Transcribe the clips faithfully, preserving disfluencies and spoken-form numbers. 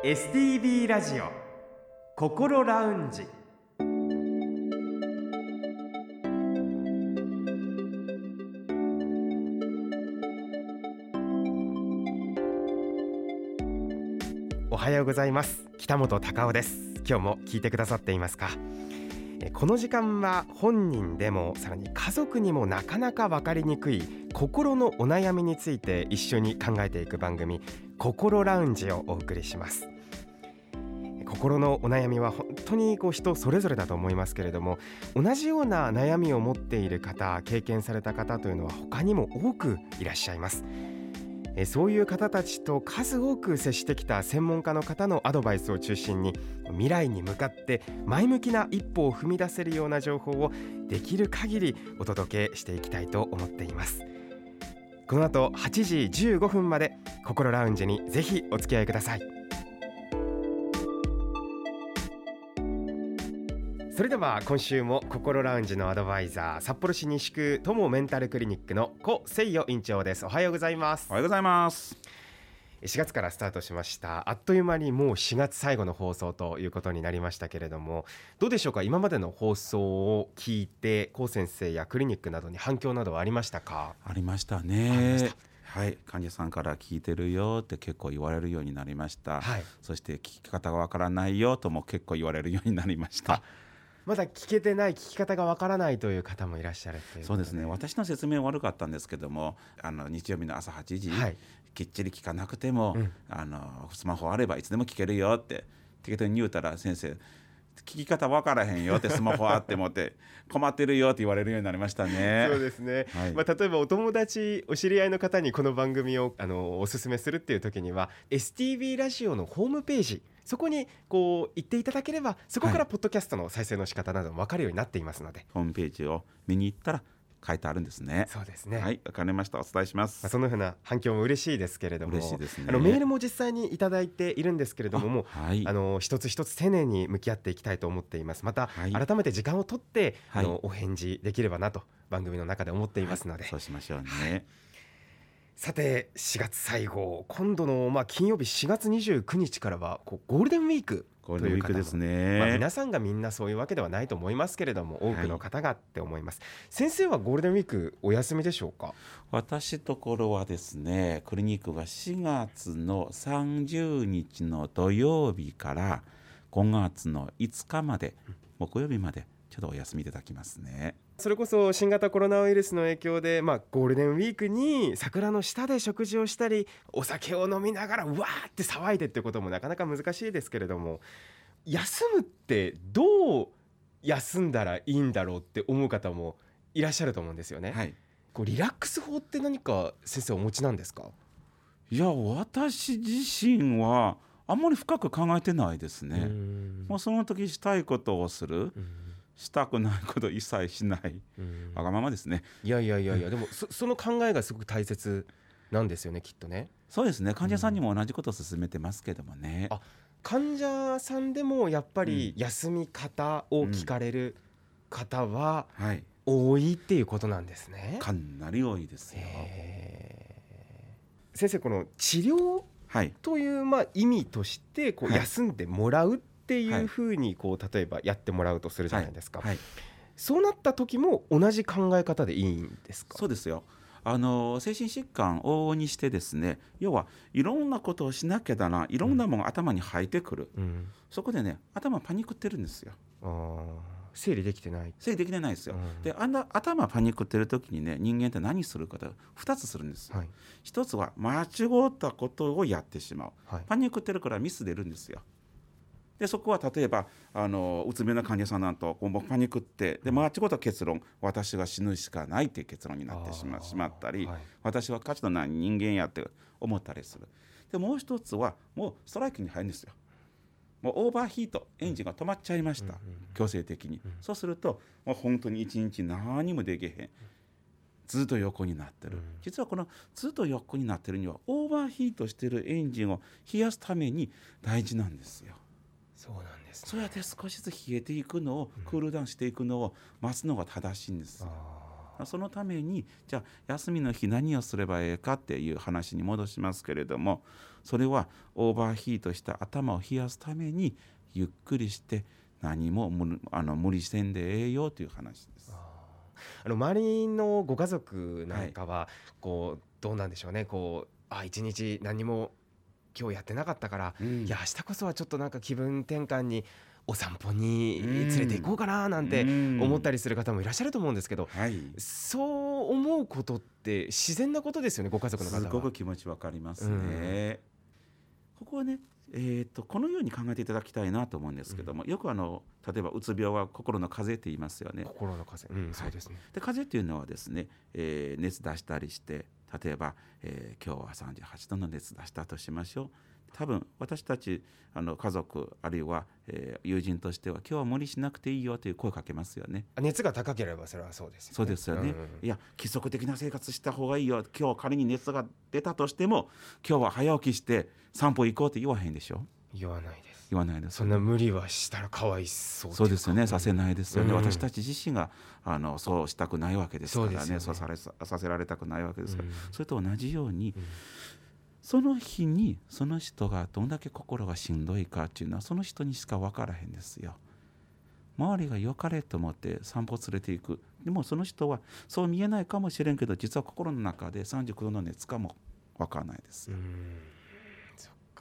エスティービー ラジオ心ラウンジ。おはようございます。北本隆夫です。今日も聞いてくださっていますか？この時間は本人でもさらに家族にもなかなか分かりにくい心のお悩みについて一緒に考えていく番組、心ラウンジをお送りします。心のお悩みは本当にこう人それぞれだと思いますけれども、同じような悩みを持っている方、経験された方というのは他にも多くいらっしゃいます。そういう方たちと数多く接してきた専門家の方のアドバイスを中心に、未来に向かって前向きな一歩を踏み出せるような情報をできる限りお届けしていきたいと思っています。この後はちじじゅうごふんまで心ラウンジにぜひお付き合いください。それでは今週も心ラウンジのアドバイザー、札幌市西区友メンタルクリニックの古誠代院長です。おはようございます。 おはようございます。 しがつからスタートしました。あっという間にもうしがつ最後の放送ということになりましたけれども、どうでしょうか？今までの放送を聞いて古先生やクリニックなどに反響などはありましたか？ ありましたね。はい、患者さんから聞いてるよって結構言われるようになりました、はい、そして聞き方がわからないよとも結構言われるようになりました。 まだ聞けてない、聞き方がわからないという方もいらっしゃるという。 そうですね、私の説明悪かったんですけども、あの日曜日の朝はちじ、はい、きっちり聞かなくても、うん、あのスマホあればいつでも聞けるよって適当に言うたら、先生聞き方分からへんよって、スマホあってもって困ってるよって言われるようになりましたね。 そうですね、はい、まあ、例えばお友達、お知り合いの方にこの番組をあのおすすめするっていう時には エスティービー ラジオのホームページ、そこにこう行っていただければ、そこからポッドキャストの再生の仕方なども分かるようになっていますので、 ホームページを見に行ったら書いてあるんですね。 そうですね。 はい、わかりました。お伝えします。 まあ、そのような反響も嬉しいですけれども、 嬉しいですね。 あのメールも実際にいただいているんですけれども、もう、はい、あの一つ一つ丁寧に向き合っていきたいと思っています。また、はい、改めて時間を取って、はい、あのお返事できればなと番組の中で思っていますので、はい、 そうしましょうね。 はい、さてしがつ最後、今度の、まあ、金曜日しがつにじゅうくにちからはこうゴールデンウィークゴールデンウィークですね。 まあ、皆さんがみんなそういうわけではないと思いますけれども、多くの方がって思います、はい、先生はゴールデンウィークお休みでしょうか？ 私ところはですね、クリニックがしがつのさんじゅうにちの土曜日からごがつのいつかまで、木曜日までちょっとお休みいただきますね。 それこそ新型コロナウイルスの影響で、まあ、ゴールデンウィークに桜の下で食事をしたり、お酒を飲みながらうわーって騒いでってこともなかなか難しいですけれども、休むってどう休んだらいいんだろうって思う方もいらっしゃると思うんですよね、はい、こうリラックス法って何か先生お持ちなんですか？ いや、私自身はあんまり深く考えてないですね。もうその時したいことをする、したくないこと一切しない、わがままですね。 いやいやいやいや、でも そ, その考えがすごく大切なんですよね、きっとね。 そうですね、患者さんにも同じことを勧めてますけどもね、 あ、患者さんでもやっぱり休み方を聞かれる方は多いっていうことなんですね、うん、 かなり多いですよ。 先生、この治療というまあ意味としてこう休んでもらうっていうふうにこう例えばやってもらうとするじゃないですか、はいはい、そうなった時も同じ考え方でいいんですか？ そうですよ。あの精神疾患を往々にしてですね、要はいろんなことをしなきゃだな、いろんなものが頭に入ってくる、うん、そこでね、頭パニックってるんですよ。 あ、整理できてない整理できてないですよ、うん、で、あんな頭パニックってる時にね、人間って何するかとふたつするんですよ、はい、ひとつは間違ったことをやってしまう、はい、パニックってるからミス出るんですよ。でそこは例えばあのうつ病の患者さんなんとこうパニックってで間違った結論、私が死ぬしかないっていう結論になってし ま, しまったり、はい、私は価値のない人間やって思ったりする。でもう一つはもうストライキに入るんですよ。もうオーバーヒート、エンジンが止まっちゃいました、うんうん、強制的に、うん、そうするともう本当に一日何もできへん、ずっと横になってる、うん、実はこのずっと横になってるにはオーバーヒートしてるエンジンを冷やすために大事なんですよ。 そうなんですね。 そうやって少しずつ冷えていくのを、うん、クールダウンしていくのを待つのが正しいんですよ。あ、 そのためにじゃあ休みの日何をすればいいかっていう話に戻しますけれども、それはオーバーヒートした頭を冷やすためにゆっくりして何も無あの無理せんでええよという話です。 あの周りのご家族なんかはこうどうなんでしょうね、こうあ一日何も今日やってなかったから、うん、いや明日こそはちょっとなんか気分転換にお散歩に連れて行こうかななんて思ったりする方もいらっしゃると思うんですけど、はい、そう思うことって自然なことですよね、ご家族の方は。 すごく気持ちわかりますね、うん、ここはね、えー、とこのように考えていただきたいなと思うんですけども、うん、よくあの例えばうつ病は心の風邪って言いますよね。 心の風邪、うん、そうですね。 で風邪っていうのはですね、えー、熱出したりして例えば、えー、今日はさんじゅうはちどの熱出したとしましょう。多分私たちあの家族あるいは、えー、友人としては今日は無理しなくていいよという声をかけますよね。 熱が高ければそれはそうですよね。 そうですよね、うん、いや規則的な生活した方がいいよ、今日仮に熱が出たとしても今日は早起きして散歩行こうって言わへんでしょ。 言わないです。 言わないです、 そんな無理はしたらかわいそう。 そうですよね、させないですよね、うん、私たち自身があのそうしたくないわけですからね、 そうですよね、そうされさせられたくないわけですから、うん、それと同じように、うん、その日にその人がどんだけ心がしんどいかっていうのはその人にしか分からへんですよ。周りが良かれと思って散歩連れていく、でもその人はそう見えないかもしれんけど実は心の中でさんじゅうきゅうどの熱かも分からないですよ。うーん、 そっか。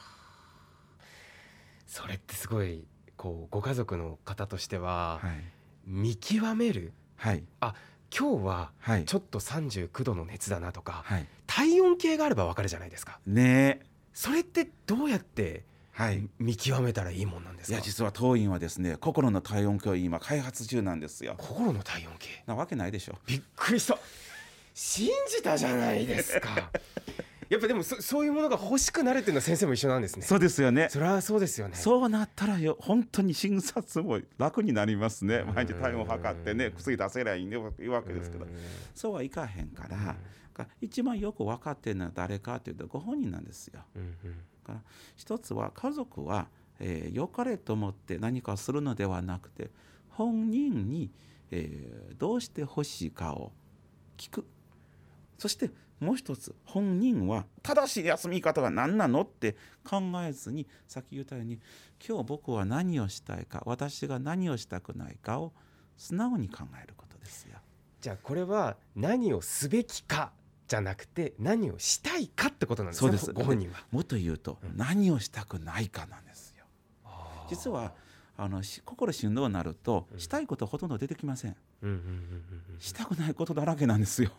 それってすごいこうご家族の方としては、はい、見極める、はい、あ今日はちょっとさんじゅうきゅうどの熱だなとか、はい、体温計があれば分かるじゃないですか、 ね、 それってどうやって見極めたらいいもんなんですか。 いや実は当院はですね心の体温計を今開発中なんですよ。 心の体温計なわけないでしょ。 びっくりした、信じたじゃないですかやっぱでも そ, そういうものが欲しくなるっていうのは先生も一緒なんですね。 そうですよね。 それはそうですよね。 そうなったらよ本当に診察も楽になりますね。毎日体温を測ってね薬出せりゃいいわけですけど、そうはいかへんから、一番よく分かってるのは誰かというとご本人なんですよ。うんうん、から一つは家族は、えー、良かれと思って何かするのではなくて本人に、えー、どうして欲しいかを聞く。そしてもう一つ本人は正しい休み方が何なのって考えずにさっき言ったように今日僕は何をしたいか私が何をしたくないかを素直に考えることですよ。 じゃあこれは何をすべきかじゃなくて何をしたいかってことなんですね。そうです。ご本人はもっと言うと、うん、何をしたくないかなんですよ。実はあの心しんどくなると、うん、したいことほとんど出てきません。したくないことだらけなんですよ。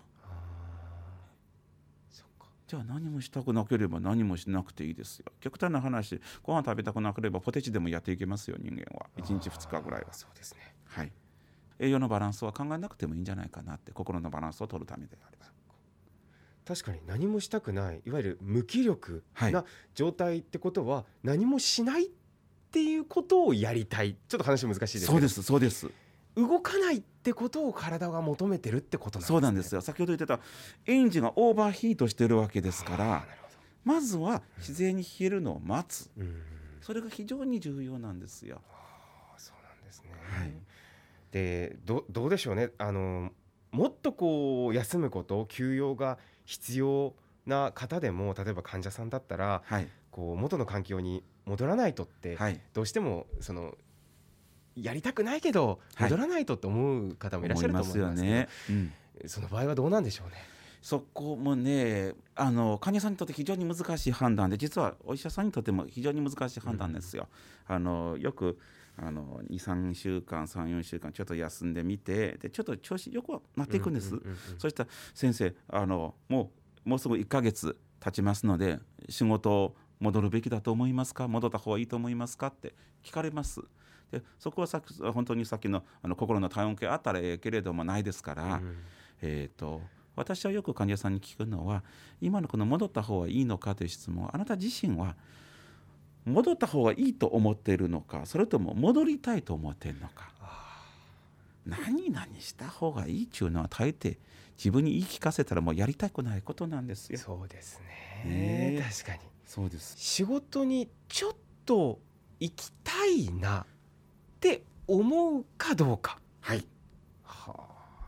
じゃあ何もしたくなければ何もしなくていいですよ。極端な話、ご飯食べたくなければポテチでもやっていけますよ。人間はいちにちふつかぐらいは。 そうですね、 はい、栄養のバランスは考えなくてもいいんじゃないかなって、心のバランスを取るためであれば。 確かに何もしたくない、いわゆる無気力な状態ってことは、はい、何もしないっていうことをやりたい。ちょっと話難しいですけど、 そうですそうです。 動かないってことを体が求めてるってことなんですね。 そうなんですよ。先ほど言ってたエンジンがオーバーヒートしてるわけですから、まずは自然に冷えるのを待つ、うん、それが非常に重要なんですよ。 あ、そうなんですね、はい、で ど, どうでしょうね、あのもっとこう休むこと、休養が必要な方でも、例えば患者さんだったら、はい、こう元の環境に戻らないとって、はい、どうしてもそのやりたくないけど戻らないとって思う方もいらっしゃると思いますけど、はいね、うん、その場合はどうなんでしょうね。 そこもね、あの患者さんにとって非常に難しい判断で、実はお医者さんにとっても非常に難しい判断ですよ。うん、あのよくあの にさんしゅうかんさんよんしゅうかんちょっと休んでみて、でちょっと調子よくなっていくんです。そしたら先生、あのもうもうすぐいっかげつ経ちますので仕事戻るべきだと思いますか、戻った方がいいと思いますかって聞かれます。でそこはさ本当にさっき の, あの心の体温計あったらええけれどもないですから、うん、えーと私はよく患者さんに聞くのは、今のこの戻った方がいいのかという質問、あなた自身は戻った方がいいと思っているのか、それとも戻りたいと思っているのか。何々した方がいいっていうのは大抵自分に言い聞かせたらもうやりたくないことなんですよ。 そうですね、ね、確かにそうです。 仕事にちょっと行きたいなって思うかどうか。 はい、 はあ、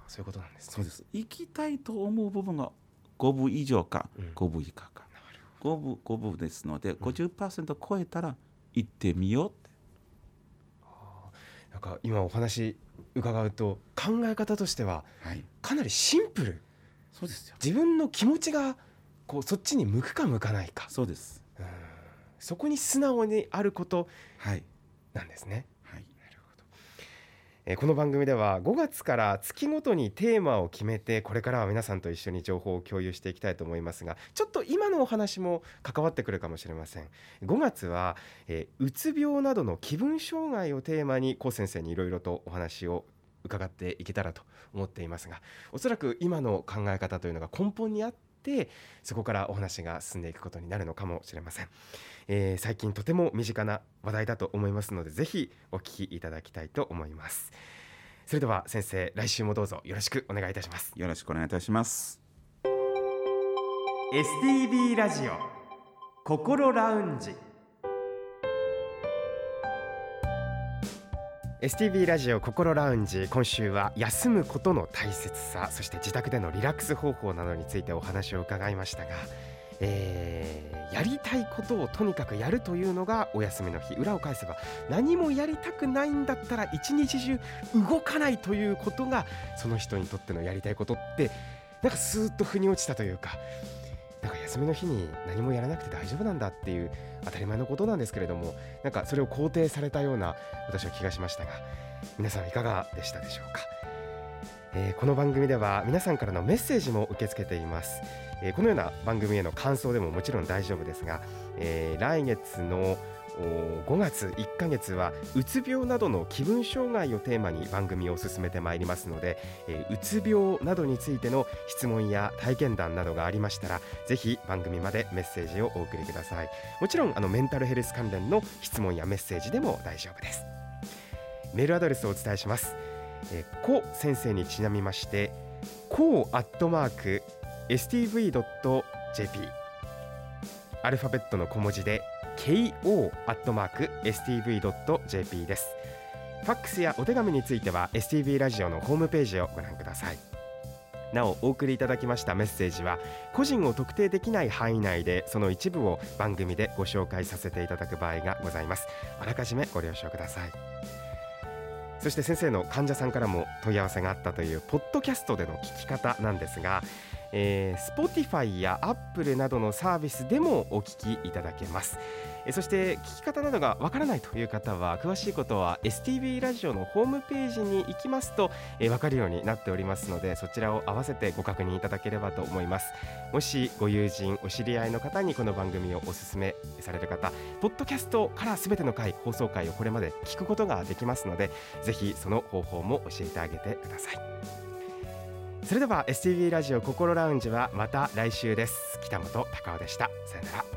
そういうことなんですね。 そうです。行きたいと思う部分がごぶ以上か、うん、ごぶ以下か、ごぶ、ごぶですので、うん、ごじゅっパーセント 超えたら行ってみようって、 なんか今お話伺うと考え方としてはかなりシンプル、はい、 そうですよ。 自分の気持ちがこうそっちに向くか向かないか、 そうです。 うん、そこに素直にあることなんですね、 はいはい、 なるほど。えー、この番組ではごがつから月ごとにテーマを決めて、これからは皆さんと一緒に情報を共有していきたいと思いますが、ちょっと今のお話も関わってくるかもしれません。ごがつは、えー、うつ病などの気分障害をテーマに高先生にいろいろとお話を伺っていけたらと思っていますが、おそらく今の考え方というのが根本にあって、そこからお話が進んでいくことになるのかもしれません。えー、最近とても身近な話題だと思いますので、ぜひお聞きいただきたいと思います。それでは先生、来週もどうぞよろしくお願いいたします。 よろしくお願いいたします。 エスティービー ラジオ心ラウンジ。エスティービー ラジオ心ラウンジ、今週は休むことの大切さ、そして自宅でのリラックス方法などについてお話を伺いましたが、えー、やりたいことをとにかくやるというのがお休みの日。裏を返せば何もやりたくないんだったら一日中動かないということが、その人にとってのやりたいことって、なんかスーッと腑に落ちたというか、なんか休みの日に何もやらなくて大丈夫なんだっていう当たり前のことなんですけれども、なんかそれを肯定されたような私は気がしましたが、皆さんいかがでしたでしょうか。えー、この番組では皆さんからのメッセージも受け付けています。えー、このような番組への感想でももちろん大丈夫ですが、えー、来月のごがついっかげつはうつ病などの気分障害をテーマに番組を進めてまいりますので、えー、うつ病などについての質問や体験談などがありましたら、ぜひ番組までメッセージをお送りください。もちろんあのメンタルヘルス関連の質問やメッセージでも大丈夫です。メールアドレスをお伝えします。えー、コ先生にちなみまして、コーアットマーク エスティーブイドットジェーピー、 アルファベットの小文字で ケーオーアットマーク エスティーブイドットジェーピー です。ファックスやお手紙については エスティービー ラジオのホームページをご覧ください。なお、お送りいただきましたメッセージは個人を特定できない範囲内で、その一部を番組でご紹介させていただく場合がございます。あらかじめご了承ください。そして先生の患者さんからも問い合わせがあったというポッドキャストでの聞き方なんですが、えー、Spotify や Apple などのサービスでもお聞きいただけます。えー、そして聞き方などがわからないという方は、詳しいことは エスティービー ラジオのホームページに行きますと、えー、わかるようになっておりますので、そちらを合わせてご確認いただければと思います。もしご友人お知り合いの方にこの番組をお勧めされる方、ポッドキャストからすべての回放送回をこれまで聞くことができますので、ぜひその方法も教えてあげてください。それでは エスティービー ラジオ心ラウンジはまた来週です。北本隆夫でした。さよなら。